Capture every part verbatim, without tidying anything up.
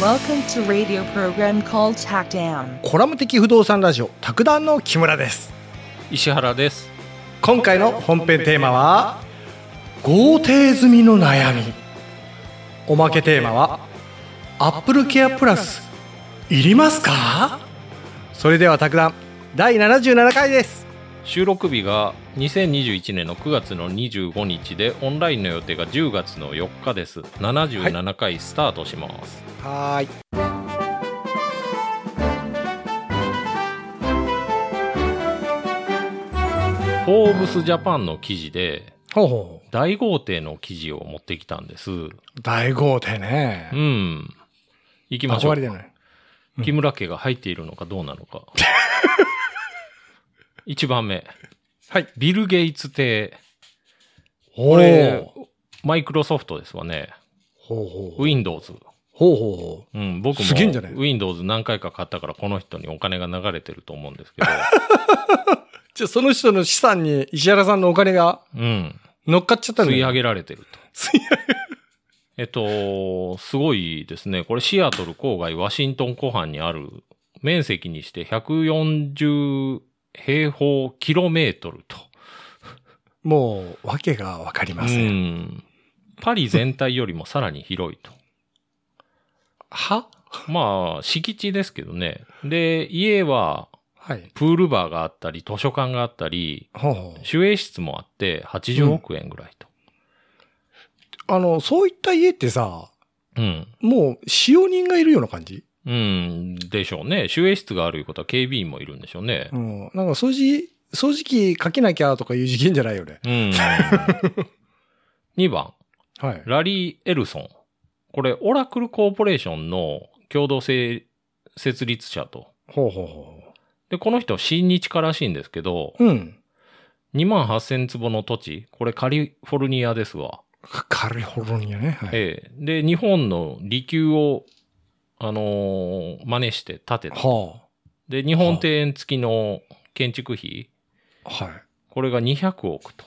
Welcome to radio program called TACDAM。 コラム的不動産ラジオ卓談の木村です。 石原です。 今回の本編テーマは豪邸済みの悩み。おまけテーマはアップルケアプラスいりますか？それでは卓談だいななじゅうななかいです。 収録日がにせんにじゅういちねんのくがつのにじゅうごにちで、オンラインの予定がじゅうがつのよっかです。ななじゅうななかいスタートします。 はい、 フォーブスジャパンの記事でほうほう、 大豪邸の記事を持ってきたんです。 大豪邸ね。 うん。行きましょう。 憧れだね。うん、 木村家が入っているのかどうなのか。いちばんめ。 はい。 ビル・ゲイツ邸。 ここれ、マイクロソフトですわね。 ほうほう。 Windows。 ほうほう。うん、僕も Windows 何回か買ったからこの人にお金が流れてると思うんですけど。 じゃあその人の資産に石原さんのお金が乗っかっちゃったんだよ、 吸い上げられてると。 吸い上げえっと、すごいですね。これシアトル郊外ワシントン湖畔にある面積にしてひゃくよんじゅうへいほうキロメートルと。 もう、わけがわかりません。 うん。パリ全体よりもさらに広いと。 は？ まあ、敷地ですけどね。で、家は、 はい。 プールバーがあったり、図書館があったり、 ほうほう。 守衛室もあって、はちじゅうおくえんぐらいと。 うん、あの、そういった家ってさ、 うん。 もう、使用人がいるような感じ？ うん、でしょうね。守衛室があるいうことは警備員もいるんでしょうね。 うん。なんか掃除、掃除機かけなきゃとかいう事件じゃないよね。 うん。にばん。 はい。 ラリー・エルソン。これ、オラクルコーポレーションの共同設立者と。 ほうほうほう。 で、この人、親日家らしいんですけど、 うん。 にまんはっせんつぼの土地。これカリフォルニアですわ。 カリフォルニアね。はい。 ええ。で、日本の離宮を、あのー、真似して建てた。 はあ。 で、日本庭園付きの建築費。 はい。 これがにひゃくおくと。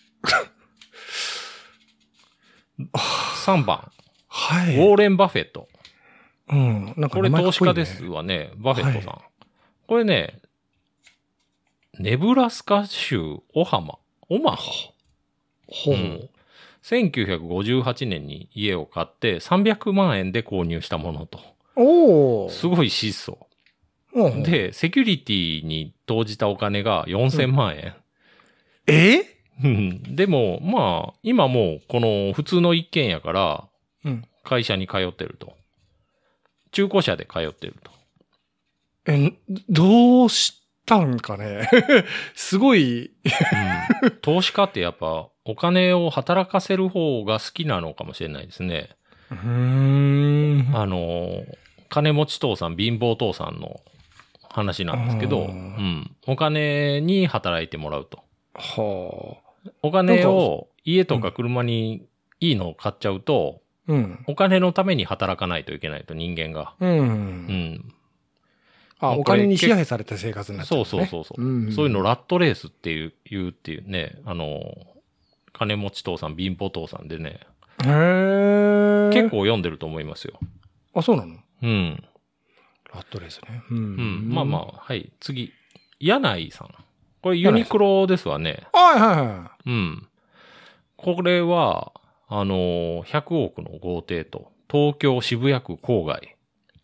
さんばん。 はい。 ウォーレン・バフェット。 うん。なんかこれ投資家ですわね。バフェットさん。はい、これね、ネブラスカ州オハマ。オマハ。 ほう。うん、 せんきゅうひゃくごじゅうはちねんに家を買ってさんびゃくまんえんで購入したものと。 おー。 すごい質素。 うん、 で、セキュリティに投じたお金がよんせんまんえん。うん、 えでも、まあ、今もうこの普通の一軒家から、会社に通ってると。中古車で通ってると。 え、どうしたんかねすごい、 うん、投資家ってやっぱお金を働かせる方が好きなのかもしれないですね。 うーん。 あの、金持ち父さん、貧乏父さんの話なんですけど、うん、お金に働いてもらうと。 はあ。 お金を家とか車にいいのを買っちゃうと、うん、お金のために働かないといけないと、人間が。うん。うん。 あ、お金に支配された生活になっちゃう、ね。 そうそうそうそう、 うんうん。 そういうのラットレースっていう、言うっていうね、あの、金持ち父さん、貧乏父さんでね。 へー。 結構読んでると思いますよ。 あ、そうなの？ うん。 ラットレースね。うん。 うん。まあまあ、はい。次。柳井さん。これユニクロですわね。 はいはいはい。 うん。これは、あのー、ひゃくおくの豪邸と、東京渋谷区郊外。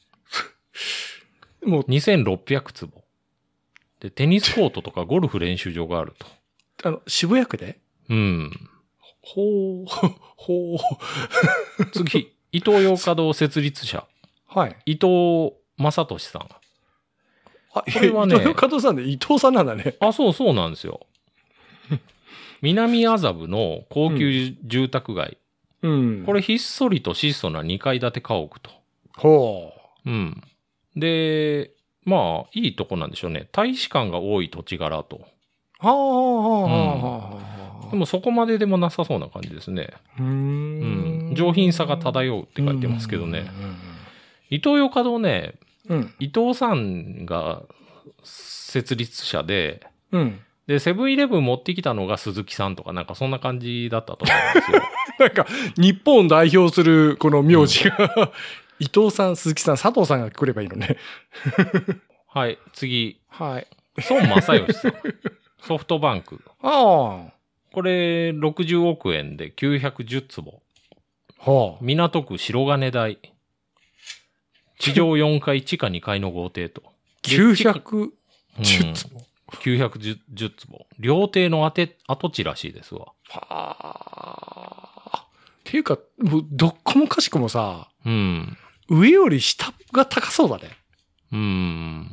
もうにせんろっぴゃくつぼ。で、テニスコートとかゴルフ練習場があると。 あの、渋谷区で？ うん。 ほう、ほう。 次、伊東洋華堂設立者。 はい。 伊藤正俊さん。 あ、これはね。伊藤洋華堂さんで伊藤さんなんだね。 あ、そうそうなんですよ。南麻布の高級住宅街。うん。これひっそりと質素なにかい建て家屋と。 ほう。うん。で、まあ、いいとこなんでしょうね。大使館が多い土地柄と。 はあ、はあ、はあ、はあ。でもそこまででもなさそうな感じですね。 うーん。 うん。上品さが漂うって書いてますけどね。伊東洋華堂ね、うん、伊藤さんが設立者で、うん。で、セブンイレブン持ってきたのが鈴木さんとかなんかそんな感じだったと思うんですよ。 なんか、日本代表するこの名字が、うん、 伊藤さん、鈴木さん、佐藤さんが来ればいいのね。 はい、次。 はい。 孫正義さん。ソフトバンク。 ああ。 これ、ろくじゅうおくえんできゅうひゃくじゅうつぼ。 はあ。 港区白金台。地上よんかい、地下にかいの豪邸と。 きゅうひゃくじゅうつぼ、うん、 きゅうひゃくじゅうつぼ。料亭の跡地らしいですわ。 はあ。っていうか、もうどっこもかしこもさ、 うん。 上より下が高そうだね。 うん。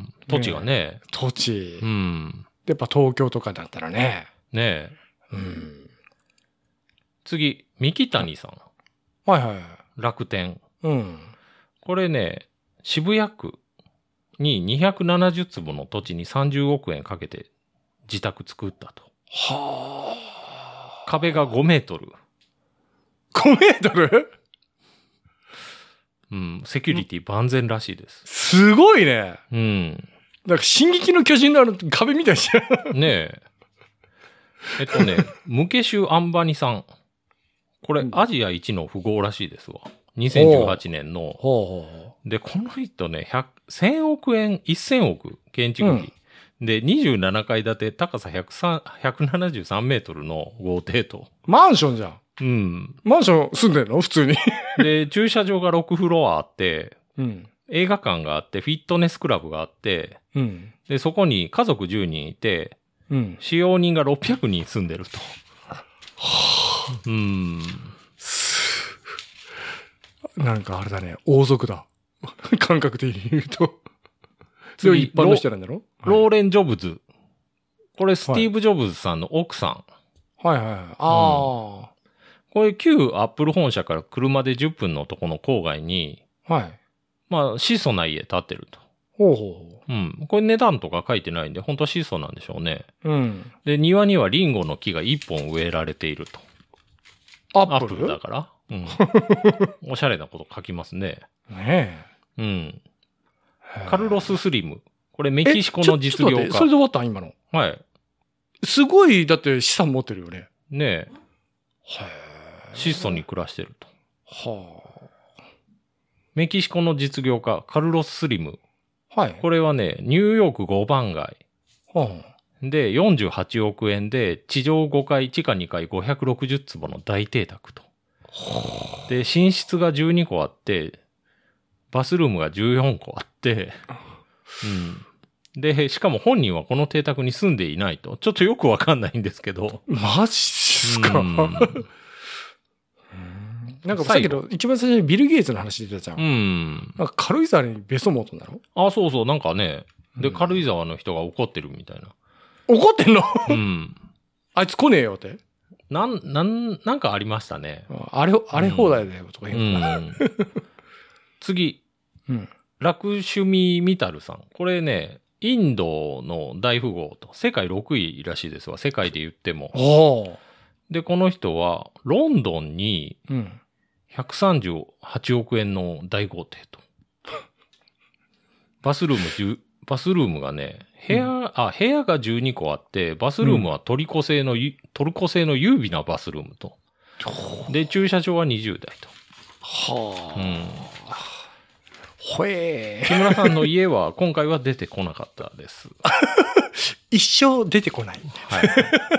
土地がね。ね土地。 うん。 やっぱ東京とかだったらね。 ねえ。 うん。 次、三木谷さん。 はいはい。 楽天。 うん。 これね、渋谷区ににひゃくななじゅうつぼの土地にさんじゅうおくえんかけて自宅作ったと。 はあ。壁がごメートル。 ごメートル？ うん、セキュリティ万全らしいです。 すごいね。 うん。 なんか、進撃の巨人のあの壁みたいじゃん。 ねえ。えっとね、ムケシュ・アンバニさん。これ、アジア一の富豪らしいですわ。にせんじゅうはちねんの。 ほうほうほうで、この人ね、せんおくえん、せんおく建築費。うん、で、にじゅうななかい建て、高さひゃくななじゅうさんメートルの豪邸と。 マンションじゃん。 うん。 マンション住んでんの普通に。 で、駐車場がろくフロアあって、 うん、 映画館があって、フィットネスクラブがあって、 うん、で、 そこに家族じゅうにんいて、うん、使用人がろっぴゃくにん住んでると。はぁ。うん。 なんかあれだね、王族だ。感覚的に言うと。次、一般の人なんだろ？ ローレン・ジョブズ。これ、スティーブ・ジョブズさんの奥さん。 はいはいはい。ああ、うん。 これ、旧アップル本社から車でじゅっぷんのとこの郊外に、 はい。 まあ、質素な家建ってると。 ほうほう。うん。これ値段とか書いてないんで、本当は質素なんでしょうね。 うん。 で、庭にはリンゴの木がいっぽん植えられていると。 アップル？ アップルだから。うん。おしゃれなこと書きますね。 ねえ。うん。カルロス・スリム。これメキシコの実業家。 それで終わったん今の。 はい。 すごい、だって資産持ってるよね。 ねえ。 はえ。質素に暮らしてると。 はあ。 メキシコの実業家、カルロス・スリム。 はい。 これはね、ニューヨークごばんがい。 はあ。 で、よんじゅうはちおくえんで、地上ごかい、地下にかい、ごひゃくろくじゅうつぼの大邸宅と。で、寝室がじゅうにこあって、バスルームがじゅうよんこあって、うん。で、しかも本人はこの邸宅に住んでいないと。ちょっとよくわかんないんですけど。 マジっすか？なんかさっきの一番最初にビル・ゲイツの話出たじゃん。 うん。 なんか軽井沢に別荘持つんだろ？ あ、そうそう、なんかね。で、軽井沢の人が怒ってるみたいな。 怒ってんの？ うん。 あいつ来ねえよって。 なん、なん、なんかありましたね。 あれ、あれ放題だよとか言うの、うん、 次。 うん。 ラクシュミ・ミタルさん。これね、インドの大富豪と、世界ろくいらしいですわ。世界で言っても。 おで、この人は、ロンドンに、ひゃくさんじゅうはちおくえんの大豪邸と。バスルームじゅう、バスルームがね、部屋、うん、あ、部屋がじゅうにこあって、バスルームはトルコ製の、うん、トルコ製の優美なバスルームと。で、駐車場はにじゅうだいと。 はあ。 うん。 ほえー。 木村さんの家は今回は出てこなかったです。 一生出てこない。はい。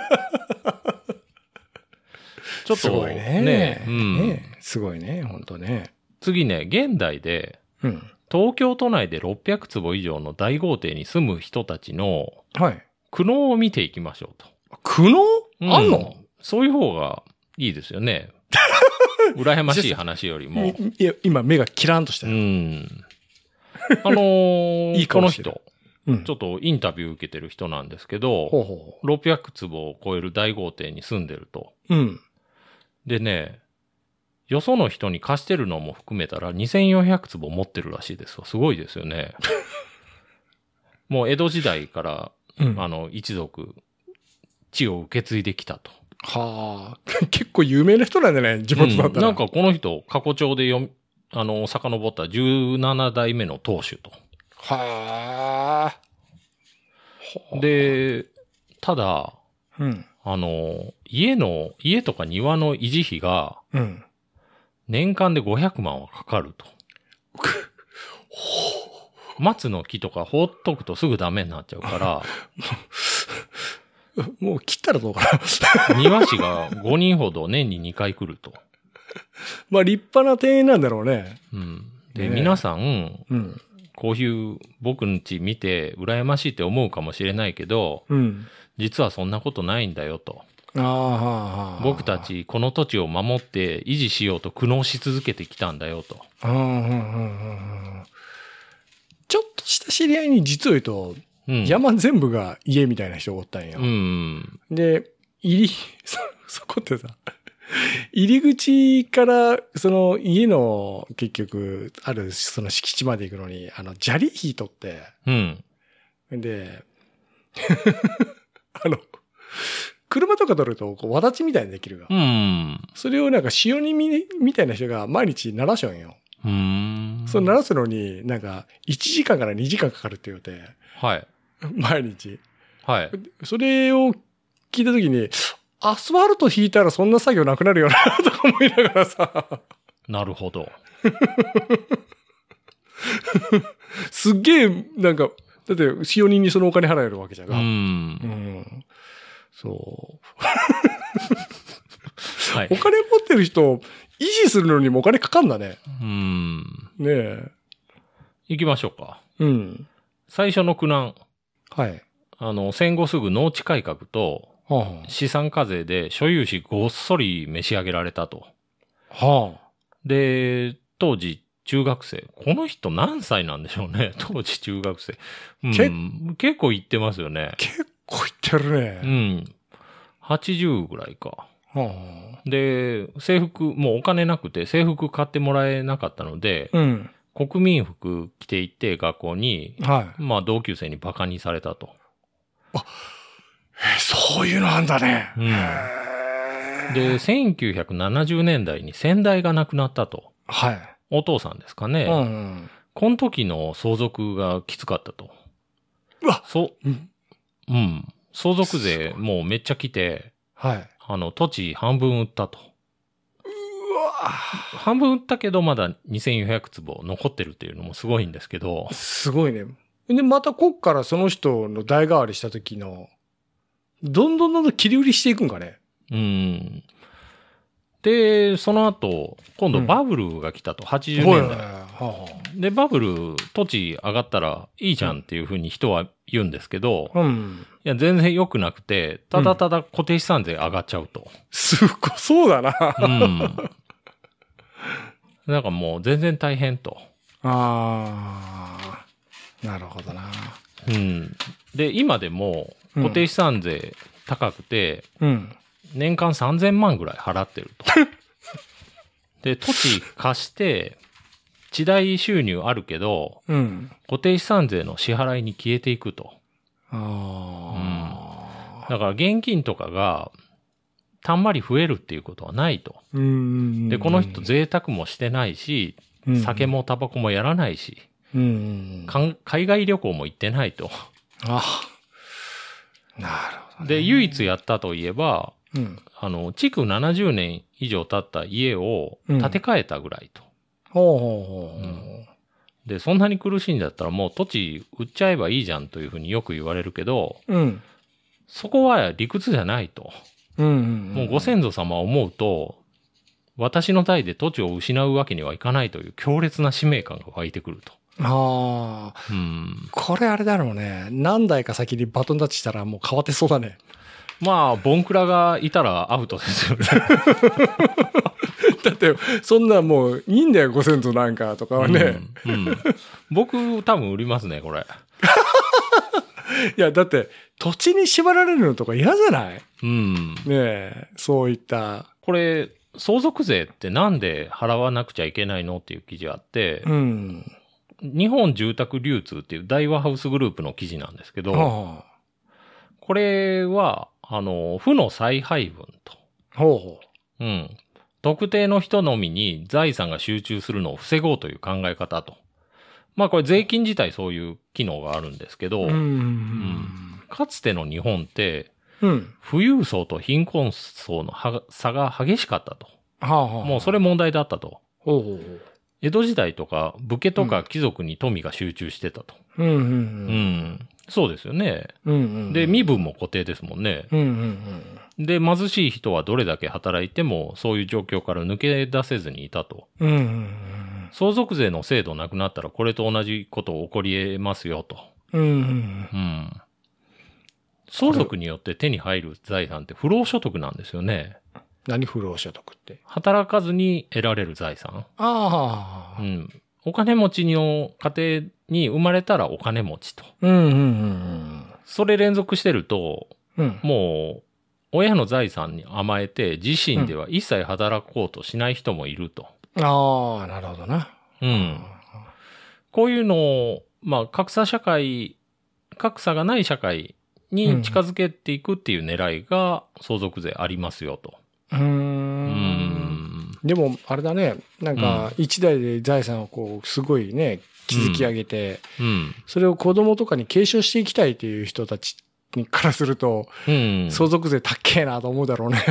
ちょっとすごいね。 ね、 うん、ねすごいね、本当ね。 次ね、現代で、うん、東京都内でろっぴゃくつぼ以上の大豪邸に住む人たちの、はい。苦悩を見ていきましょうと。 苦悩、うん、あんの？ そういう方がいいですよね。羨ましい話よりも。 いや、今目がキランとしたよ。 うん。あのー、いいこの人、うん、ちょっとインタビュー受けてる人なんですけど、ほうほうろっぴゃくつぼを超える大豪邸に住んでると。うん。でね、よその人に貸してるのも含めたらにせんよんひゃくつぼ持ってるらしいですわ。すごいですよね。もう江戸時代から、うん、あの、一族、地を受け継いできたと。 はあ、結構有名な人なんだね、地元だったら。 うん、なんかこの人、過去帳で読み、あの、遡ったじゅうななだいめの当主と。 はあ。で、ただ、 うん、 あの、家の、家とか庭の維持費が、 うん、 年間でごひゃくまんはかかると。 松の木とか放っとくとすぐダメになっちゃうから。 もう切ったらどうかな。庭師がごにんほど年ににかい来ると。 まあ立派な庭園なんだろうね。 うん。で、ね、皆さん、 うん、 こういう僕ん家見て羨ましいって思うかもしれないけど、うん、実はそんなことないんだよと。 あはあ、 僕たちこの土地を守って維持しようと苦悩し続けてきたんだよと。 あうんうんうん、ちょっとした知り合いに実を言うと、うん、山全部が家みたいな人がおったんよ。 うん、 で、入り、そ、そこってさ、入り口から、その家の結局、あるその敷地まで行くのに、あの、砂利引いとって、 うん。 で、あの、車とか取ると、こう、わだちみたいにできるが。 うん。 それをなんか塩にみ、みたいな人が毎日鳴らしょんよ。 うん。 その鳴らすのになんかいちじかんからにじかんかかるって言うて。 はい。 毎日。 はい。 それを聞いたときに、アスファルト引いたらそんな作業なくなるよな、とか思いながらさ。 なるほど。 すっげえ、なんか、だって、使用人にそのお金払えるわけじゃん。 うん。うん。そう。 はい。 お金持ってる人、維持するのにもお金かかんだね。 うん。 ねえ。 行きましょうか。 うん。 最初の苦難。 はい。 あの、戦後すぐ農地改革と、はあ、資産課税で所有しごっそり召し上げられたと。 はあ。 で、当時、中学生。この人何歳なんでしょうね。当時中学生。うん、結構行ってますよね。 結構行ってるね。 うん。はちじゅうぐらいか。 はあ、で、制服、もうお金なくて制服買ってもらえなかったので、 うん、 国民服着て行って学校に、 はい、 まあ同級生にバカにされたと。 あ、え、そういうのあんだね。 うん。で、せんきゅうひゃくななじゅうねんだいに先代が亡くなったと。 はい。 お父さんですかね。 うんうん、 この時の相続がきつかったと。 うわそう。うん。うん。相続税もうめっちゃ来て、 はい。 あの、土地半分売ったと。 うわ半分売ったけど、まだにせんよんひゃくつぼ残ってるっていうのもすごいんですけど。 すごいね。で、またこっからその人の代替わりした時の、どんどんどんどん切り売りしていくんかね。 うん。で、その後、今度バブルが来たと、うん、はちじゅうねんだい。はあはあ、で、バブル、土地上がったらいいじゃんっていうふうに人は言うんですけど、 うん、 いや、全然良くなくて、ただただ固定資産税上がっちゃうと。うん、 すごそうだな。 うん。なんかもう全然大変と。 ああ、なるほどな。 うん。で、今でも固定資産税高くて、 うん、 年間さんぜんまんぐらい払ってると。で、土地貸して、地代収入あるけど、 うん、 固定資産税の支払いに消えていくと。 あうん、だから現金とかが、たんまり増えるっていうことはないと。 うんで、この人贅沢もしてないし、酒もタバコもやらないし、 うん海外旅行も行ってないと。 ああ、なるほど、ね。 で、唯一やったといえば、 うん、 あの、築ななじゅうねん以上経った家を建て替えたぐらいと。 ほうほうほう。うん、 で、そんなに苦しいんだったらもう土地売っちゃえばいいじゃんというふうによく言われるけど、 うん、 そこは理屈じゃないと。 うんうんうん、 もうご先祖様を思うと、私の代で土地を失うわけにはいかないという強烈な使命感が湧いてくると。 ああ、 うん。 これあれだろうね。何代か先にバトンタッチしたらもう変わってそうだね。 まあ、ボンクラがいたらアウトですよね。 だって、そんなもういいんだよ、ご先祖なんかとかはね。 うんうん、僕、多分売りますね、これ。 いや、だって、土地に縛られるのとか嫌じゃない？ うん。 ねえ、そういった。 これ、相続税ってなんで払わなくちゃいけないのっていう記事あって、 うん、 日本住宅流通っていう大和ハウスグループの記事なんですけど、 はあ、 これは、あの、負の再配分と。 ほうほう。うん。特定の人のみに財産が集中するのを防ごうという考え方と。まあこれ税金自体そういう機能があるんですけど、 うんうんうんかつての日本って、 うん、 富裕層と貧困層の差が激しかったと。 はあはあ、 もうそれ問題だったと。 ほうほうほう。 江戸時代とか武家とか貴族に富が集中してたと。 うんうんうん。 うん。そうですよね。 うんうん、 で、身分も固定ですもんね。 うんうんうん、 で、貧しい人はどれだけ働いても、そういう状況から抜け出せずにいたと。 うんうんうん、 相続税の制度なくなったら、これと同じこと起こり得ますよと。 うんうんうんうん相続によって手に入る財産って不労所得なんですよね。 何不労所得って？ 働かずに得られる財産。 ああ。 うん。お金持ちの家庭に生まれたらお金持ちと。 うんうんうんうん。 それ連続してると、 うん、 もう、親の財産に甘えて自身では一切働こうとしない人もいると。 うん、ああ、なるほどな。 うん。こういうのを、まあ、格差社会、格差がない社会に近づけていくっていう狙いが相続税ありますよと。 うーん。うんでも、あれだね。なんか、一代で財産をこう、すごいね、築き上げて、 うんうん、それを子供とかに継承していきたいという人たちにからすると、うん、相続税高えなと思うだろうね。うん、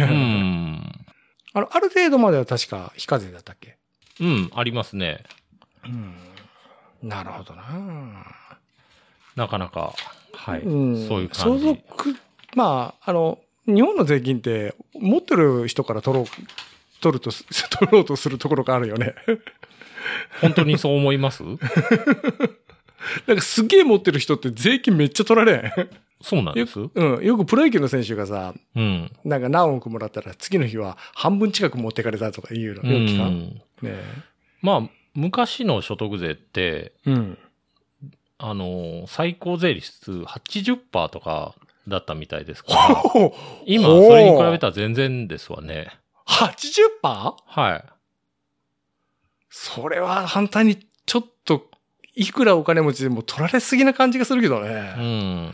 あの、ある程度までは確か非課税だったっけ？ うん、ありますね。 うん。なるほどな。 なかなか、はい。 うん、 そういう感じ。 相続、まあ、あの、日本の税金って持ってる人から取ろう、取ると、取ろうとするところがあるよね。 本当にそう思います？ なんかすげえ持ってる人って税金めっちゃ取られん。 そうなんです。 よ、うん。よくプロ野球の選手がさ、 うん。 なんか何億もらったら次の日は半分近く持ってかれたとか言うの。よく聞かん？ね。 まあ、昔の所得税って、 うん。 あの、最高税率 はちじゅっパーセント とかだったみたいですから、今、それに比べたら全然ですわね。 はちじゅっパーセント？ はい。 それは反対にちょっと、いくらお金持ちでも取られすぎな感じがするけどね。 うん。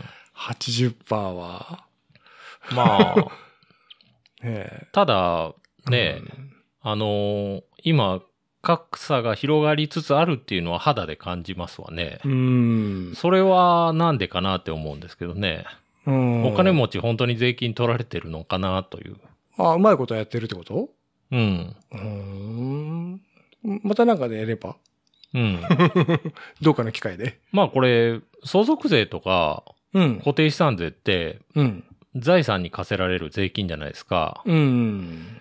はちじゅっパーセント は。 まあ、 ね、 ただ、ね、うん、あのー、今、格差が広がりつつあるっていうのは肌で感じますわね。 うん。 それはなんでかなって思うんですけどね。うん。お金持ち本当に税金取られてるのかなという。 あ、うまいことやってるってこと？ うん。 うーん。またなんかでやれば？ うん。 どうかの機会で。 まあこれ、相続税とか、 うん、 固定資産税って、 うん、 財産に課せられる税金じゃないですか。 うん。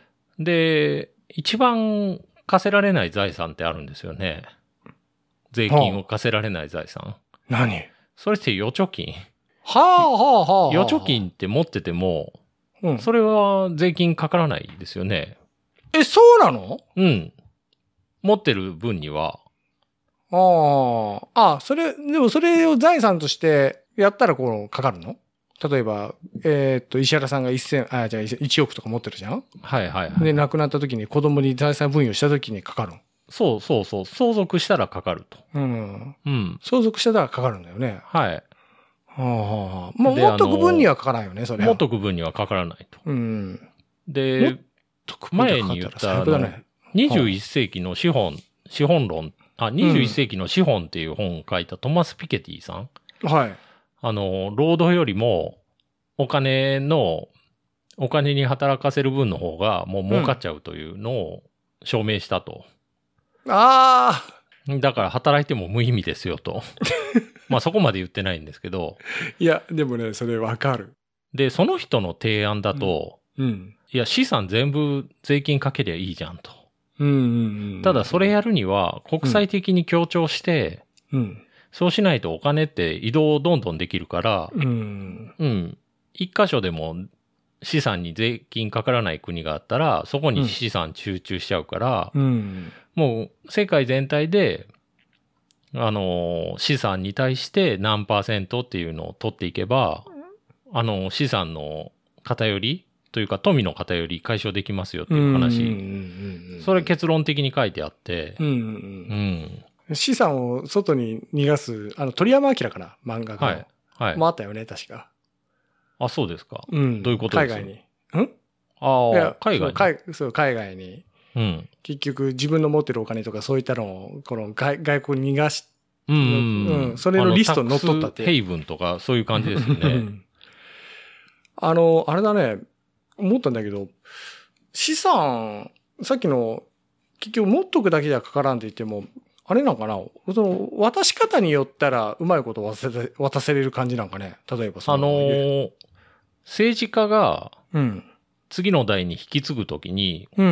で、一番課せられない財産ってあるんですよね。税金を課せられない財産。 何？ それって預貯金。 はあはあはあ。 預貯金って持ってても、 うん、 それは税金かからないですよね。 え、そうなの？ うん。持ってる分には。 ああ。あ、それ、でもそれを財産としてやったらこうかかるの？例えば、えー、っと、石原さんが一千、あ、じゃあ一億とか持ってるじゃん？ はいはいはい。 で、亡くなった時に子供に財産分与した時にかかるの？ そうそうそう。相続したらかかると。 うん。 うん。 相続したらかかるんだよね。 はい。 はあはあ。まあ、持っとく分にはかからんよね、それは。 持っとく分にはかからないと。 うん。 で、前に言ったあの、にじゅういっ世紀の資本、資本論、あ、にじゅういっ世紀の資本っていう本を書いたトマス・ピケティさん。 はい。 あの、労働よりも、お金の、お金に働かせる分の方がもう儲かっちゃうというのを証明したと。 うん、ああ。だから働いても無意味ですよと。まあそこまで言ってないんですけど。 いや、でもね、それわかる。 で、その人の提案だと、 うん。うん、 いや、資産全部税金かけりゃいいじゃんと。 うんうんうん、 ただそれやるには国際的に協調して、 うん、 そうしないとお金って移動どんどんできるから、 うん、 うん。一箇所でも資産に税金かからない国があったら、そこに資産集中しちゃうから、 うん、 もう世界全体で、あの、資産に対して何パーセントっていうのを取っていけば、あの、資産の偏りというか富の偏り解消できますよっていう話。それ結論的に書いてあって、 うんうんうん、資産を外に逃がす、あの、鳥山明かな漫画が。はい。はい。もあったよね、確か。 あ、そうですか。 うん。 どういうことですか？ 海外に。んああ、海外に。 そう、そう、海外に。 うん。 結局、自分の持ってるお金とかそういったのを、この外、外国に逃がし、 うん、うん。 うん。それのリストに載っとったって。 ヘイブンとかそういう感じですよね。 あの、あれだね、思ったんだけど、資産、さっきの結局持っとくだけじゃかからんって言っても、あれなんかな、その渡し方によったらうまいこと渡せ渡せれる感じなんかね。例えばその。 あのー、政治家が、 うん。 次の代に引き継ぐときに、 うん。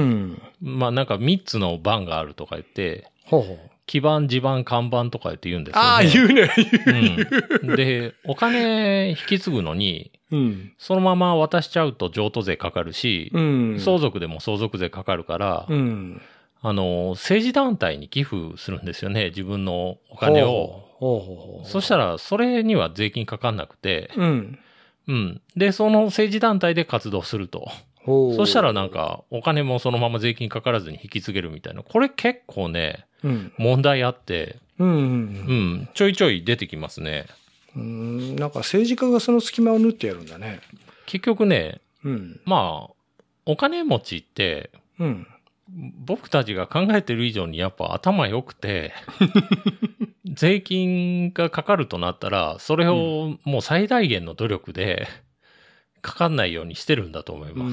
まあなんかみっつの番があるとか言って、 ほうほう。 基盤、地盤、看板とか言って言うんですよね。 ああ、言うね、 言う。うん。で、お金引き継ぐのに、 うん、 そのまま渡しちゃうと譲渡税かかるし、 うん、 相続でも相続税かかるから、 うん、 あの、政治団体に寄付するんですよね、自分のお金を。 ほうほうほう。 そしたら、それには税金かかんなくて、 うん。 うん。で、その政治団体で活動すると。そしたらなんか、お金もそのまま税金かからずに引き継げるみたいな。これ結構ね、うん、問題あって、 うんうんうん、 うん。ちょいちょい出てきますね。 うん、なんか政治家がその隙間を縫ってやるんだね。 結局ね、 うん、 まあ、お金持ちって、 うん、 僕たちが考えてる以上にやっぱ頭良くて、税金がかかるとなったら、それをもう最大限の努力で、かかんないようにしてるんだと思います。うん。うん。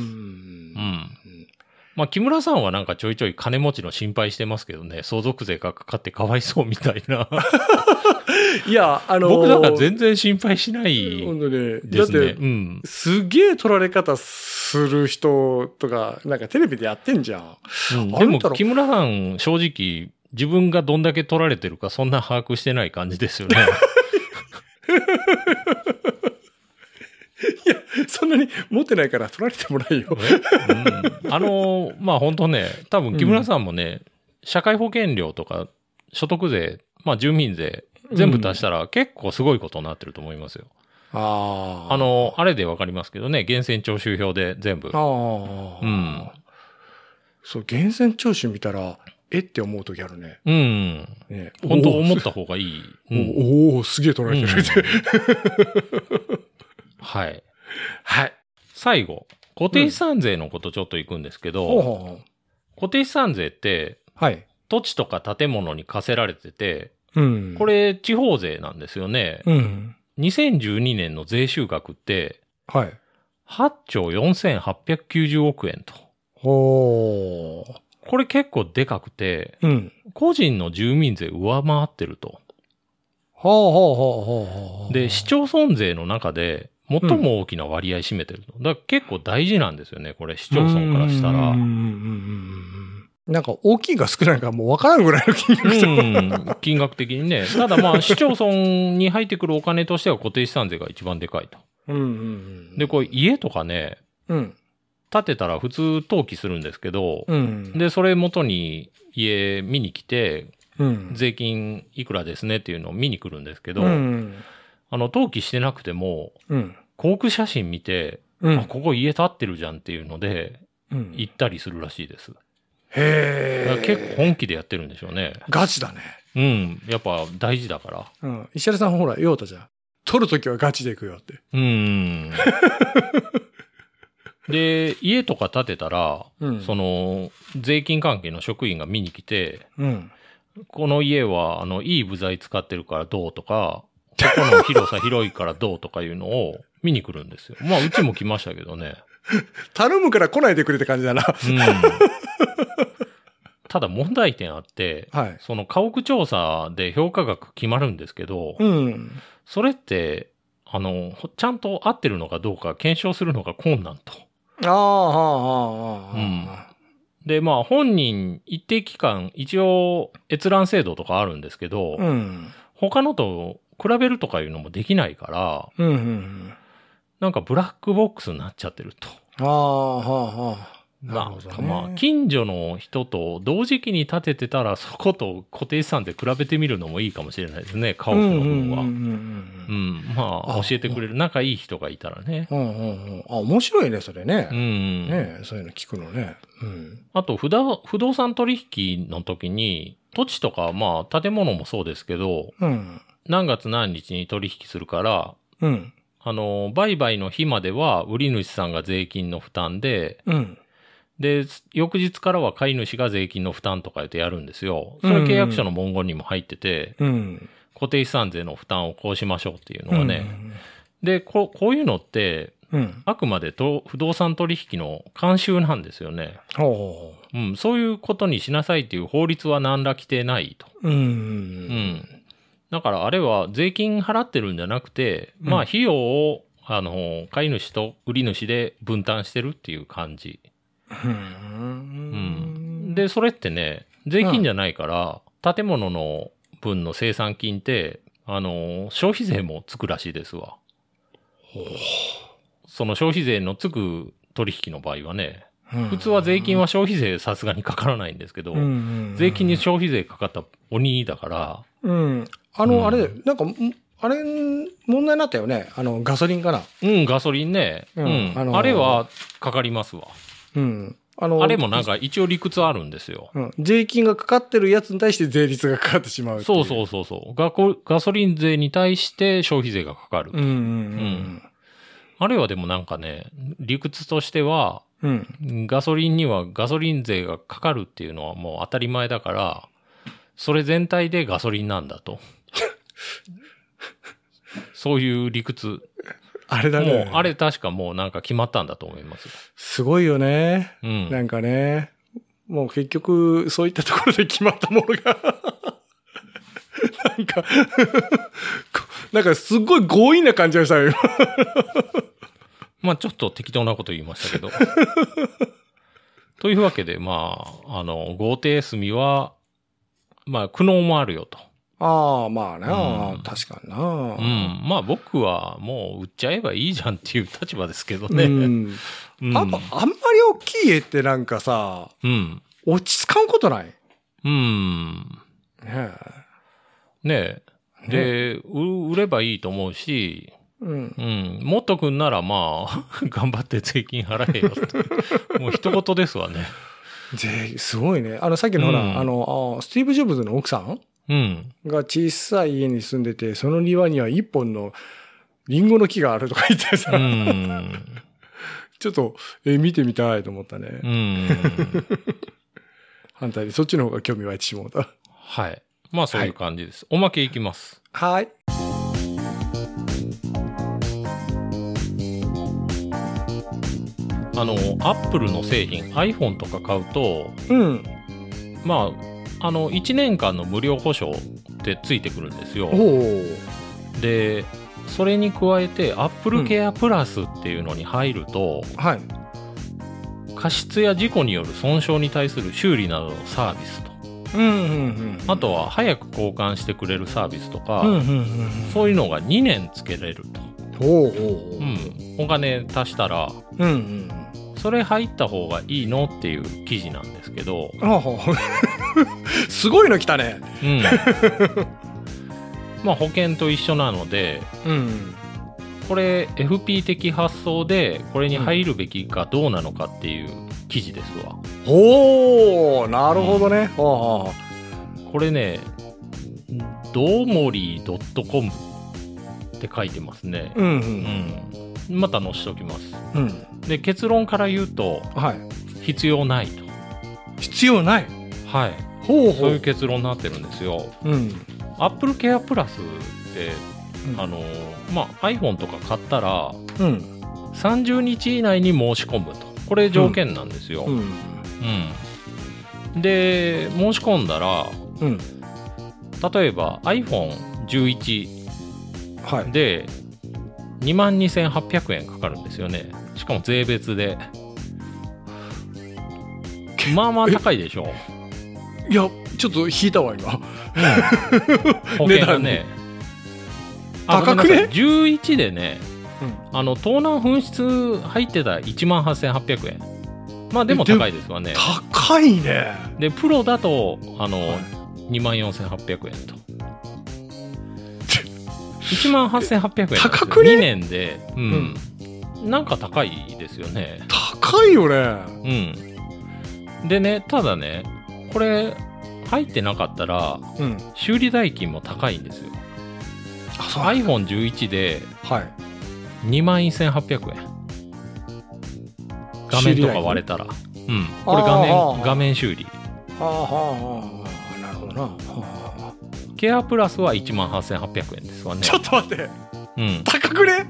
まあ、木村さんはなんかちょいちょい金持ちの心配してますけどね、相続税がかかってかわいそうみたいな。 いや、あのー、 僕なんか全然心配しない本当ね。 ですね。 だって、うん、すげえ取られ方する人とか、なんかテレビでやってんじゃん。 うん、でも、木村さん、正直、自分がどんだけ取られてるか、そんな把握してない感じですよね。 いや、そんなに持ってないから取られてもないよ。 うん、あのー、まあ本当ね、多分木村さんもね、うん、社会保険料とか所得税、まあ住民税、全部足したら結構すごいことになってると思いますよ。 うん、ああ。あのー、あれでわかりますけどね、源泉徴収票で全部。 ああ。 うん。 そう、源泉徴収見たら、えって思うときあるね。 うん。ね、本当思った方がいい。 うん、おお、すげえ取られてるって。 うんはい。 はい。 最後、固定資産税のことちょっと行くんですけど、うん、固定資産税って、 はい、 土地とか建物に課せられてて、 うん、 これ地方税なんですよね。 うん、 にせんじゅうにねんの税収額って、 はい、 はっちょうよんせんはっぴゃくきゅうじゅうおくえんと。 ほー。 これ結構でかくて、 うん、 個人の住民税上回ってると。 ほうほうほうほうほう。 で、市町村税の中で、最も大きな割合占めてると。だから結構大事なんですよね、これ、市町村からしたら。うんうんうんうんなんか大きいか少ないかもう分からんぐらいの金額うん、金額的にね。ただまあ、市町村に入ってくるお金としては固定資産税が一番でかいと。 うんうんうん、 で、これ家とかね、 うん、 建てたら普通登記するんですけど、 うん、 で、それ元に家見に来て、 うん、 税金いくらですねっていうのを見に来るんですけど、 うん、あの、登記してなくても、 うん、 航空写真見て、うん、あ、ここ家建ってるじゃんっていうので、うん、行ったりするらしいです。 へえ。結構本気でやってるんでしょうね。 ガチだね。 うん。やっぱ大事だから。 うん。石原さんほら、言おうとじゃん。取るときはガチで行くよって。 うん。で、家とか建てたら、うん、その、税金関係の職員が見に来て、 うん、 この家は、あの、いい部材使ってるからどうとか、ここの広さ広いからどうとかいうのを見に来るんですよ。まあ、うちも来ましたけどね。 頼むから来ないでくれって感じだな。 うん。ただ問題点あって、 はい、 その家屋調査で評価額決まるんですけど、 うん、 それって、あの、ちゃんと合ってるのかどうか検証するのが困難と。 ああ、ああ、ああ。 うん。で、まあ本人一定期間、一応閲覧制度とかあるんですけど、 うん、 他のと比べるとかいうのもできないから、 うんうんうん、 なんかブラックボックスになっちゃってると。 ああ、はあ、はあ。 まあ、まあ、近所の人と同時期に建ててたら、そこと固定資産で比べてみるのもいいかもしれないですね、家屋の分は。うん。まあ、教えてくれる仲いい人がいたらね。 うんうんうん。あ、面白いね、それね。 うん。 ねそういうの聞くのね。うん。 あと、不動、不動産取引の時に、土地とか、まあ、建物もそうですけど、 うん。 何月何日に取引するから、 うん。 あの、売買の日までは、売り主さんが税金の負担で、 うん。 で、翌日からは買い主が税金の負担とか言ってやるんですよ。それ契約書の文言にも入ってて、 うん、 固定資産税の負担をこうしましょうっていうのがね。 うん、 でこ、こういうのって、 うん、 あくまでと不動産取引の慣習なんですよね。 ほうほううん、そういうことにしなさいっていう法律は何ら規定ないと。 うん。うんうんだからあれは税金払ってるんじゃなくて、うん、まあ費用をあの買い主と売り主で分担してるっていう感じ。うん、でそれってね税金じゃないから、うん、建物の分の生産金ってあの消費税もつくらしいですわ。その消費税のつく取引の場合はね、うん、普通は税金は消費税さすがにかからないんですけど、うん、税金に消費税かかった鬼だから。 うんあの、うん、あれ、なんか、あれ、問題になったよね。あの、ガソリンかな。 うん、ガソリンね。うん。うん、あのー、あれはかかりますわ。うん。あのー、あれもなんか一応理屈あるんですよ。 うん。税金がかかってるやつに対して税率がかかってしまう。 そうそうそうそうガコ。ガソリン税に対して消費税がかかる。うんうんうん。うん、あれはでもなんかね、理屈としては、うん、ガソリンにはガソリン税がかかるっていうのはもう当たり前だから、それ全体でガソリンなんだと。そういう理屈。 あれだね。 もう、あれ確かもうなんか決まったんだと思います。 すごいよね。うん。なんかね。もう結局、そういったところで決まったものが。なんか、なんかすっごい強引な感じがしたよ。 まあちょっと適当なこと言いましたけど。というわけで、まあ、あの、豪邸住みは、まあ苦悩もあるよと。 ああ、まあな、うん、確かにな。 うん。まあ僕はもう売っちゃえばいいじゃんっていう立場ですけどね。うん。 うん、あんま、あんまり大きい家ってなんかさ、うん。落ち着かんことない？うん。 ねえ。ねえ。で、ね、売ればいいと思うし、うん。うん。持っとくんならまあ、頑張って税金払えよって。もう一言ですわね。 税、すごいね。あの、さっきのほら、うん、あの、スティーブ・ジョブズの奥さんうん。が小さい家に住んでて、その庭には一本のリンゴの木があるとか言ってさ、うん、ちょっと、え、見てみたいと思ったね。うん、反対にそっちの方が興味湧いてしまうた。 はい。まあそういう感じです。はい、おまけいきます。はい。あの、アップルの製品、iPhone とか買うと、うん。まあ、あの、いちねんかんの無料保証ってついてくるんですよ。で、それに加えて、Apple Care Plus っていうのに入ると、うん、はい。過失や事故による損傷に対する修理などのサービスと、うんうんうん、あとは早く交換してくれるサービスとか、うんうんうん、そういうのがにねんつけれると。おうおうおう、うん、お金足したら、うんうん、それ入った方がいいのっていう記事なんですけど、あすごいの来たね、うん、 まあ保険と一緒なので、うん、これ エフピー 的発想でこれに入るべきかどうなのかっていう記事ですわ。 おー、なるほどね、うん、 これねどうもり .comって書いてますね、うんうんうん、また載せておきます、うん、で結論から言うと、はい、必要ないと。 必要ない、 はい、ほうほう、そういう結論になってるんですよ、うん、Apple Care Plus って、うん、あのまあ、iPhone とか買ったら、うん、さんじゅうにち以内に申し込むと、これ条件なんですよ、うんうんうん、で申し込んだら、うん、例えば アイフォンじゅういちはい、で にまんにせんはっぴゃくえんかかるんですよね。しかも税別でまあまあ高いでしょ。 いやちょっと引いたわ今、うん、 保険がね高くねじゅういちでね、うん、あの盗難紛失入ってたいちまんはっせんはっぴゃくえん、まあでも高いですわね。 高いね。 でプロだとあの、はい、にまんよんせんはっぴゃくえんといちまんはっせんはっぴゃくえん高くねにねんで、うんうん、なんか高いですよね。 高いよね。 うん。でね、ただねこれ入ってなかったら、うん、修理代金も高いんですよ。あ、そう アイフォンじゅういち で、はい、にまんせんはっぴゃくえん、画面とか割れたら、うん、これ画面画面修理。はあはあはあ、なるほどな。はあケアプラスはいちまんはっせんはっぴゃくえんですわね。 ちょっと待って、うん、高くね。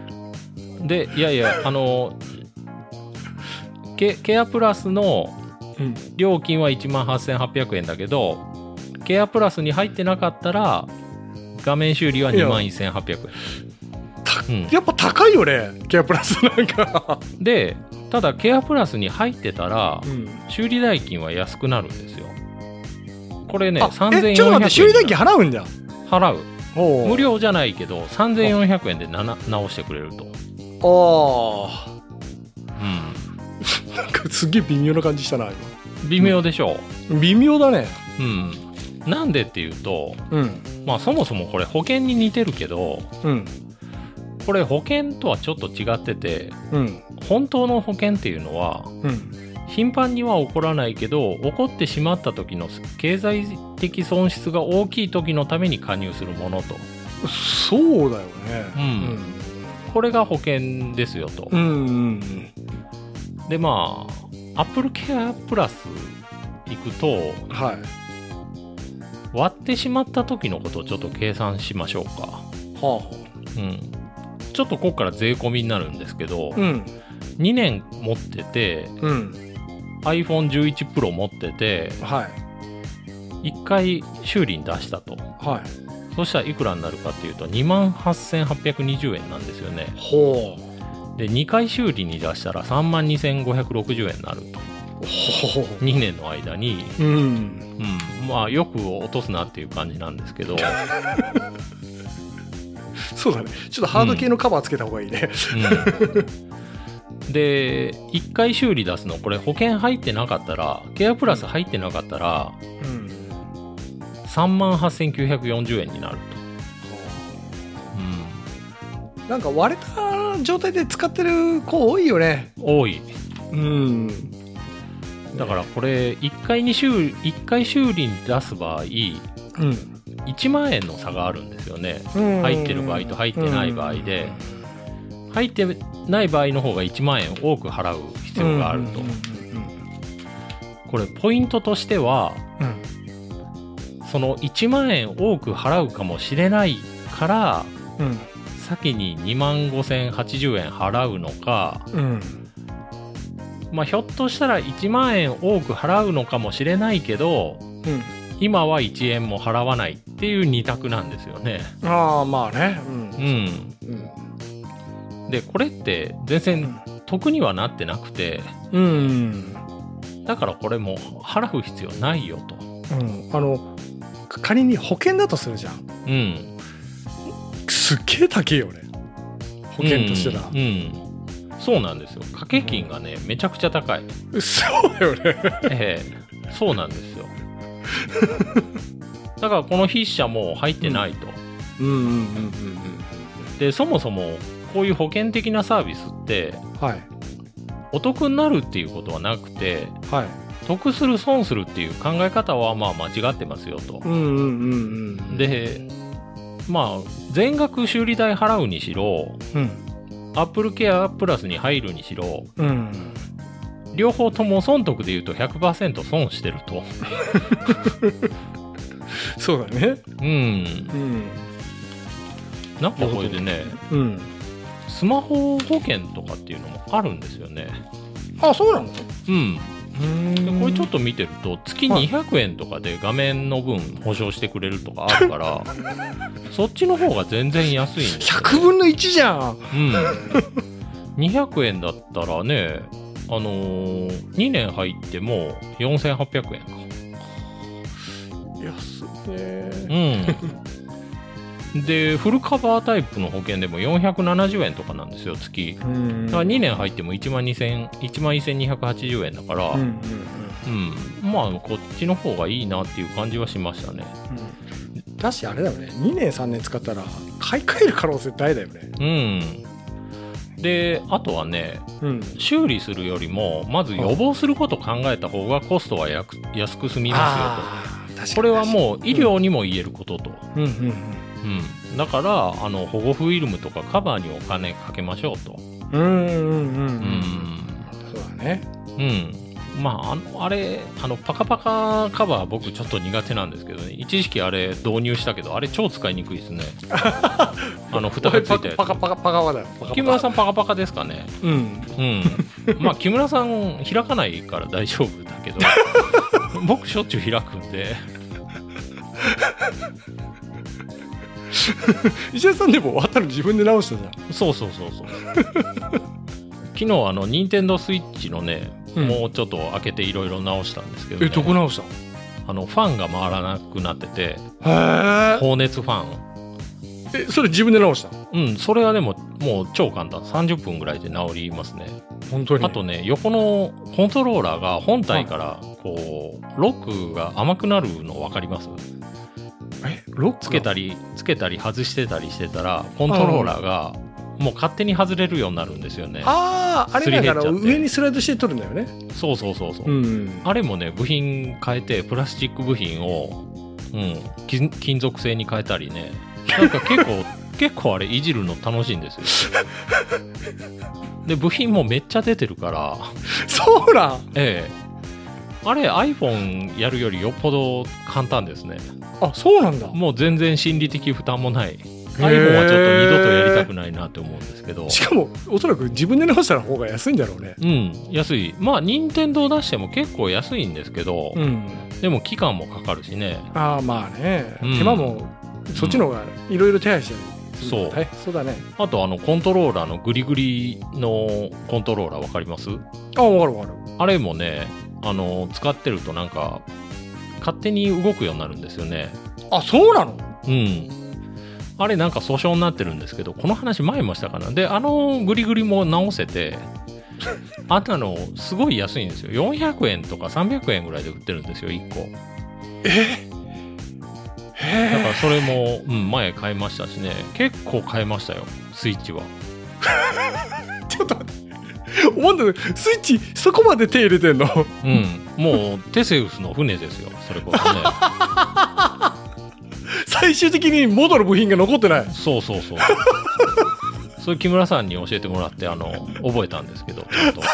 でいやいやあのケ, ケアプラスのうん、料金はいちまんはっせんはっぴゃくえんだけどケアプラスに入ってなかったら画面修理はにまんせんはっぴゃくえん、 うん、やっぱ高いよねケアプラスなんかでただケアプラスに入ってたら、うん、修理代金は安くなるんですよ。これねさんぜんよんひゃくえん。 ちょっと待って修理代金払うんだ。 払う。無料じゃないけどさんぜんよんひゃくえんでな直してくれると。 ああうんなんかすげえ微妙な感じしたな今。 微妙でしょう、うん、微妙だね。 うんなんでっていうと、うん、まあそもそもこれ保険に似てるけど、うん、これ保険とはちょっと違ってて、うん、本当の保険っていうのは、うん、頻繁には起こらないけど起こってしまった時の経済的損失が大きい時のために加入するものと。 そうだよね、うんうん、 これが保険ですよと、うんうんうん、でまあ Apple Care プラス行くと、はい、割ってしまった時のことをちょっと計算しましょうか、はあうん、ちょっとここから税込みになるんですけど、うん、にねん持ってて、うん、アイフォンじゅういち Pro 持ってて、はい、いっかい修理に出したと、はい、そしたらいくらになるかっていうと にまんはっせんはっぴゃくにじゅうえんなんですよね。ほうでにかい修理に出したら さんまんにせんごひゃくろくじゅうえんになると。ほうにねんの間に、うんうん、まあよく落とすなっていう感じなんですけどそうだねちょっとハード系のカバーつけた方がいいね、 うんうん、でいっかい修理出すのこれ保険入ってなかったらケアプラス入ってなかったら、うん、さんまんはっせんきゅうひゃくよんじゅうえんになると、 うん、なんか割れた状態で使ってる子多いよね。 多い、うん、だからこれいっかいに修いっかい修理に出す場合、うん、いちまんえんの差があるんですよね。入ってる場合と入ってない場合で入ってない場合の方がいちまんえん多く払う必要があると。これポイントとしては、うん、そのいちまんえん多く払うかもしれないから、うん、先ににまんごせんはちじゅうえん払うのか、うんまあ、ひょっとしたらいちまんえん多く払うのかもしれないけど、うん、今はいちえんも払わないっていうに択なんですよね。 ああまあね、うんうんうん、でこれって全然得にはなってなくて、うん、だからこれも払う必要ないよと、 うん、あの仮に保険だとするじゃん、うん、すっげえ高いよね保険としてだ、うんうんそうなんですよ。掛け金がね、うん、めちゃくちゃ高い。 そうだよね、 ええ、そうなんですよ。だからこの筆者も入ってないと。うんうんうんうんうん、でそもそもこういう保険的なサービスって、はい、お得になるっていうことはなくて、はい、得する損するっていう考え方はまあ間違ってますよと。うんうんうんうん、でまあ全額修理代払うにしろ、うんアップルケアプラスに入るにしろ、うん、両方とも損得でいうと ひゃくパーセント 損してるとそうだねうん、うん、 なんかこれでね、うん、スマホ保険とかっていうのもあるんですよね。 あ、そうなの？ うんでこれちょっと見てると月にひゃくえんとかで画面の分保証してくれるとかあるからそっちの方が全然安いんですよ、ね、 ひゃくぶんのいちじゃん、うん、 にひゃくえんだったらね、あのー、にねん入ってもよんせんはっぴゃくえんか安いねうんでフルカバータイプの保険でもよんひゃくななじゅうえんとかなんですよ月。だからにねん入ってもいちまんにせんにひゃくはちじゅうえんだから、うんうんうんうん、まあこっちの方がいいなっていう感じはしましたね、 うん、だしあれだよねにねんさんねん使ったら買い替える可能性大だよね。 うんであとはね、うん、修理するよりもまず予防することを考えた方がコストはやく安く済みますよと。これはもう医療にも言えることと、うんうんうんうん、だからあの保護フィルムとかカバーにお金かけましょうと。うんうんうん、うん、 そうだね。 うんまあ、あの、あれ、あの、パカパカカバー僕ちょっと苦手なんですけどね。一時期あれ導入したけど、あれ超使いにくいですね。あの、蓋がついたやつ。 パカパカパカパカだよ。 木村さんパカパカですかね。 うん。 うん。まあ、木村さん開かないから大丈夫だけど、僕しょっちゅう開くんで。 石田さんでも終わったの自分で直したじゃん。 そうそうそうそう。昨日あの任天堂スイッチのね、うん、もうちょっと開けていろいろ直したんですけど、ね、 えどこ直したの？ あのファンが回らなくなってて、 へー、 放熱ファン。 えそれ自分で直した？ うん、それはでももう超簡単、さんじゅっぷんぐらいで直りますね。 本当に？ あとね、横のコントローラーが本体からこうロックが甘くなるの分かります？ えロックつけたりつけたり外してたりしてたらコントローラーがもう勝手に外れるようになるんですよね。 ああ、あれだから上にスライドして取るんだよね。 そうそうそうそう、 うん、 あれもね部品変えてプラスチック部品を、うん、金, 金属製に変えたりね、なんか結構結構あれいじるの楽しいんですよ。で部品もめっちゃ出てるから。 そうなん？ ええ、あれ iPhone やるよりよっぽど簡単ですね。 あ、そうなんだ。 もう全然心理的負担もない。iPhone はちょっと二度とやりたくないなって思うんですけど、 しかもおそらく自分で直した方が安いんだろうね。 うん、安い。まあ任天堂出しても結構安いんですけど、うん、でも期間もかかるしね。 ああまあね、うん、手間もそっちの方がいろいろ手配してる、うん、そう、そうだね。 あとあのコントローラーのグリグリのコントローラーわかります？ あ、わかるわかる。 あれもね、あの使ってるとなんか勝手に動くようになるんですよね。 あ、そうなの？ うん。あれなんか訴訟になってるんですけど、この話前もしたかな。で、あのグリグリも直せて、あんなのすごい安いんですよ。よんひゃくえんとかさんびゃくえんぐらいで売ってるんですよ、いっこ。 えへだからそれも、うん、前買いましたしね。結構買いましたよ、スイッチは。 ちょっと待って。思うんだけど、スイッチそこまで手入れてんの？ うん。もうテセウスの船ですよ、それこそね。 最終的に元の部品が残ってない。 そうそうそう。それ木村さんに教えてもらってあの覚えたんですけど、ちょっと。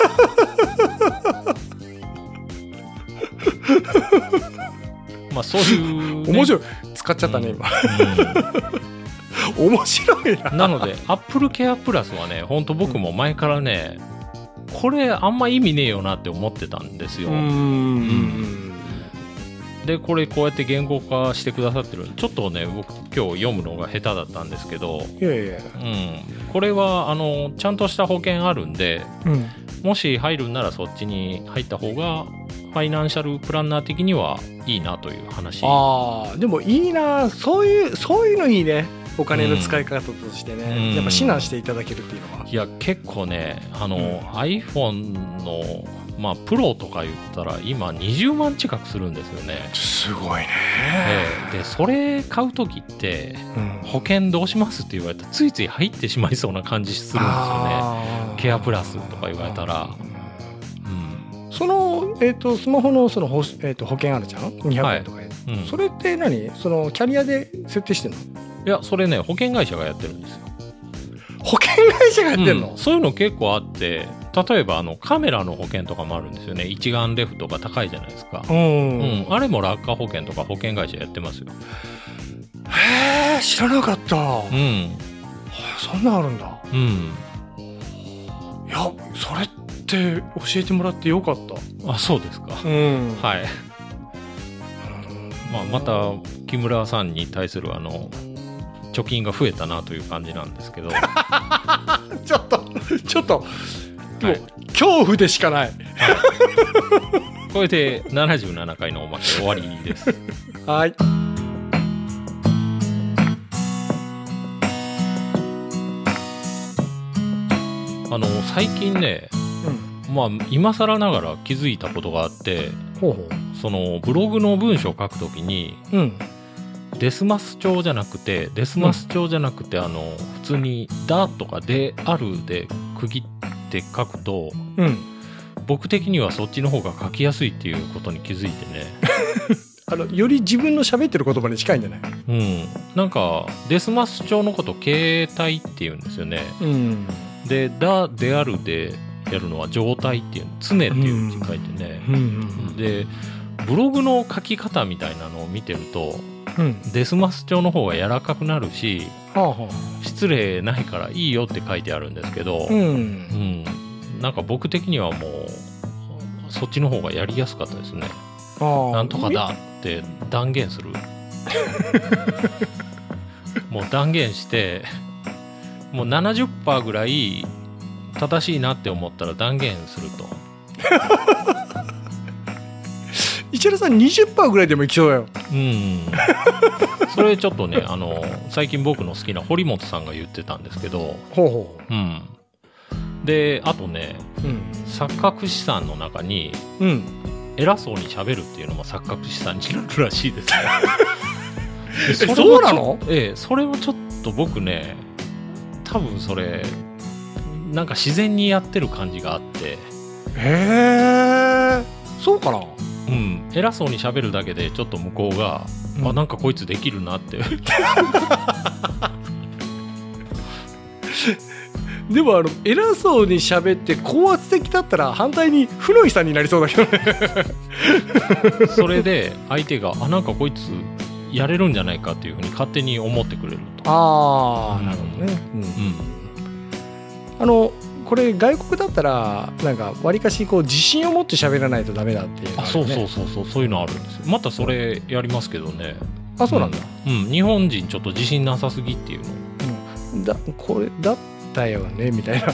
まあそういう、ね、 面白い。使っちゃったね、うん、今。うん、面白いな。 なので Apple Care Plus はね、本当僕も前からね、うん、これあんま意味ねえよなって思ってたんですよ。うーん、うんでこれこうやって言語化してくださってる。ちょっとね僕今日読むのが下手だったんですけど、 いやいや、 うん、これはあのちゃんとした保険あるんで、うん、もし入るんならそっちに入った方がファイナンシャルプランナー的にはいいなという話。 ああ、でもいいな、そういうそういうのいいね。お金の使い方としてね、うん、やっぱ指南していただけるっていうのは。 いや結構ね、あの、うん、iPhone のまあ、プロとか言ったら今にじゅうまん近くするんですよね。 すごいね。 で, でそれ買う時って、うん、保険どうしますって言われたらついつい入ってしまいそうな感じするんですよね。ケアプラスとか言われたら、 うん、その、えーと、スマホの、その 保,、えーと、保険あるじゃんにひゃくえんとか、はい、うん、それって何？そのキャリアで設定してんの？ いやそれね保険会社がやってるんですよ。 保険会社がやってんの？ うん、そういうの結構あって、例えばあのカメラの保険とかもあるんですよね。一眼レフとか高いじゃないですか。うん、うん、あれも落下保険とか保険会社やってますよ。 へえ、知らなかった。うん、はあ、そんなあるんだ。うん。いやそれって教えてもらってよかった。 あ、そうですか。うん、はい。まあ、また木村さんに対するあの貯金が増えたなという感じなんですけど。 ちょっとちょっと、はい、もう恐怖でしかない、はい、 これでななじゅうななかいのおまけ終わりです。 はい。 あの最近ね、うん、まあ今更ながら気づいたことがあって、ほうほう、そのブログの文章を書くときに、うん、デスマス帳じゃなくてデスマス帳じゃなくて、うん、あの普通にだとかであるで区切って書くと、うん、僕的にはそっちの方が書きやすいっていうことに気づいてね。 あのより自分の喋ってる言葉に近いんじゃない？ うん、なんかデスマス帳のこと携帯って言うんですよね。うん、でだであるでやるのは状態っていう常っていう字書いてね、うんうんうん、でブログの書き方みたいなのを見てると、うん、デスマス調の方が柔らかくなるし、はあはあ、失礼ないからいいよって書いてあるんですけど、うんうん、なんか僕的にはもうそっちの方がやりやすかったですね。あなんとかだって断言するもう断言してもう ななじゅっパーセント ぐらい正しいなって思ったら断言すると石原さん にじゅっパーセント ぐらいでもいきそうだよ。 うんそれちょっとねあの最近僕の好きな堀本さんが言ってたんですけど、ほうほう、うん、であとね、うん、錯覚資産の中に、うん、偉そうに喋るっていうのも錯覚資産になるらしいですそれそうなの？ ええ、それをちょっと僕ね多分それなんか自然にやってる感じがあって。 へえ、そうかな。 うん、偉そうに喋るだけでちょっと向こうが、うん、あなんかこいつできるなってでもあの偉そうに喋って高圧的だったら反対に負の遺産になりそうだけどねそれで相手があなんかこいつやれるんじゃないかっていうふうに勝手に思ってくれると。 ああ、うん、なるほどね、うんうん、あのこれ外国だったらなんかわりかしこう自信を持って喋らないとダメだっていう、ね、 あそうそうそうそうそういうのあるんですよ。またそれやりますけどね。 あそうなんだ、 うん、うん、日本人ちょっと自信なさすぎっていうの、 うん、だこれだったよねみたいな、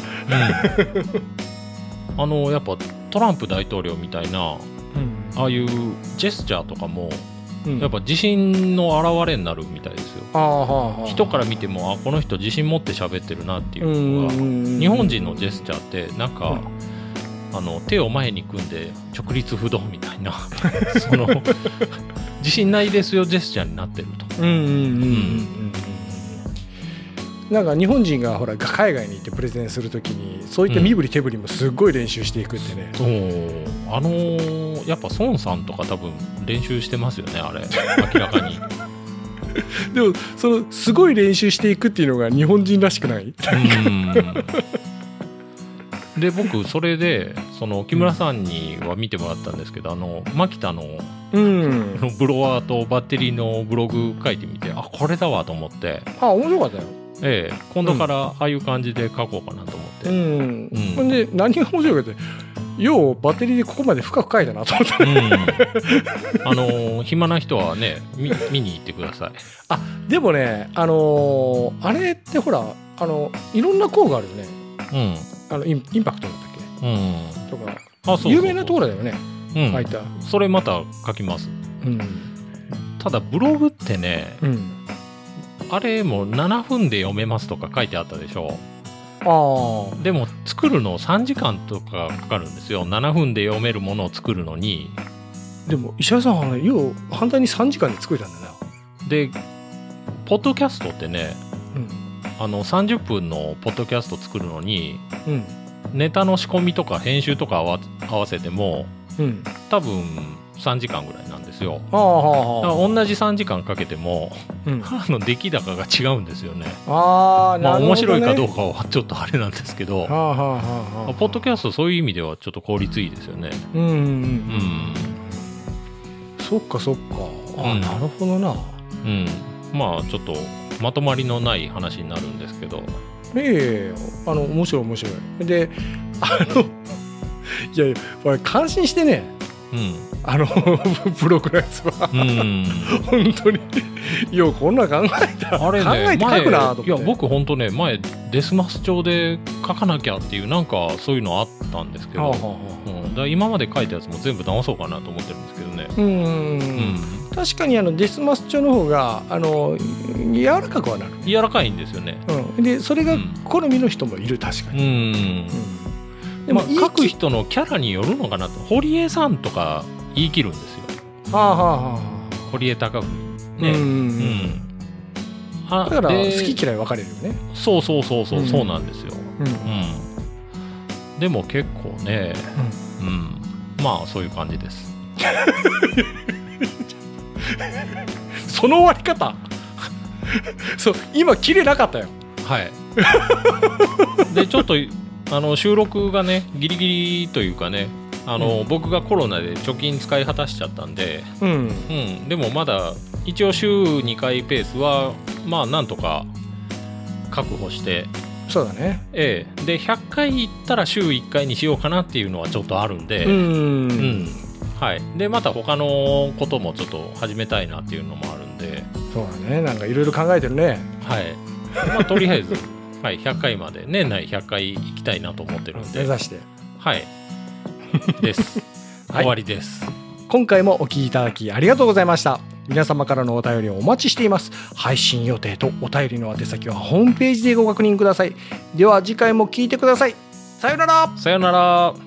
うん、あのやっぱトランプ大統領みたいな、うん、ああいうジェスチャーとかもやっぱ自信の表れになるみたいですよ、うん、あはは人から見てもあこの人自信持って喋ってるなっていうのが日本人のジェスチャーってなんか、うん、あの手を前に組んで直立不動みたいなその自信ないですよジェスチャーになってると。うんうんうんうんうんなんか日本人がほら海外に行ってプレゼンするときにそういった身振り手振りもすっごい練習していくってね、 うん、あのー、やっぱ孫さんとか多分練習してますよねあれ明らかにでもそのすごい練習していくっていうのが日本人らしくない？うんで僕それでその木村さんには見てもらったんですけどあのマキタの、うん、ブロワーとバッテリーのブログ書いてみてあこれだわと思って。 あ面白かったよ。 ええ、今度からああいう感じで書こうかなと思って、うんうん、で何が面白いかってようバッテリーでここまで深く書いたなと思って、うん、 あのー、暇な人はね 見, 見に行ってください。 あでもねあのー、あれってほらあのいろんな項があるよね、うん、あの イ, ンインパクトだったっけ、うん、とかあそうそうそう有名なところだよね、うん、書いたそれまた書きます、うん、ただブログってね、うんあれもななふんで読めますとか書いてあったでしょ。あでも作るのさんじかんとかかかるんですよ。ななふんで読めるものを作るのに。 でも石原さん要反対にさんじかんで作れたんだな。 でポッドキャストってね、うん、あのさんじゅっぷんのポッドキャスト作るのに、うん、ネタの仕込みとか編集とか合わ、合わせても、うん、多分さんじかんぐらいなんですよ。ああだから同じさんじかんかけても、うん、あの出来高が違うんですよね。あ、まあ、面白いかどうかはちょっとあれなんですけど、はあはあはあ、ポッドキャストそういう意味ではちょっと効率いいですよね。うんうんうん、うん、 そっかそっか、あ、うん、なるほどな。 うん、まあちょっとまとまりのない話になるんですけど、 ええー、あの面白い面白いで、あのいやいや俺感心してね、うん、あのブログのやつは、うん、本当にようこんな考えたあれ、ね、 考えて書くなと思って。 いや僕本当ね前デスマス調で書かなきゃっていうなんかそういうのあったんですけど、はあはあうん、だから今まで書いたやつも全部直そうかなと思ってるんですけどね。うん、うん、 確かにあのデスマス調の方があの柔らかくはなる。 柔らかいんですよね、 うん、でそれが好みの人もいる確かに、うんうんでも、まあ、書く人のキャラによるのかなと。堀江さんとか言い切るんですよ。はあはあはあ、堀江貴文ね。うん、うん、 あだから好き嫌い分かれるよね。 そうそうそうそう、うん、そうなんですよ、うんうん、でも結構ね、うんうん、まあそういう感じですその終わり方そう今切れなかったよ。 はいでちょっとあの収録がねギリギリというかねあの、うん、僕がコロナで貯金使い果たしちゃったんで、うんうん、でもまだ一応週にかいペースはまあなんとか確保してそうだね、 ええ、でひゃっかい行ったら週いっかいにしようかなっていうのはちょっとあるんで、うん、うん、はい、でまた他のこともちょっと始めたいなっていうのもあるんでそうだねなんかいろいろ考えてるねはい、まあ、とりあえず、はい、ひゃっかいまで年内ひゃっかい行きたいなと思ってるんで目指してはいです、はい、終わりです。 今回もお聞きいただきありがとうございました。皆様からのお便りをお待ちしています。配信予定とお便りの宛先はホームページでご確認ください。では次回も聞いてください。さよなら。 さよなら。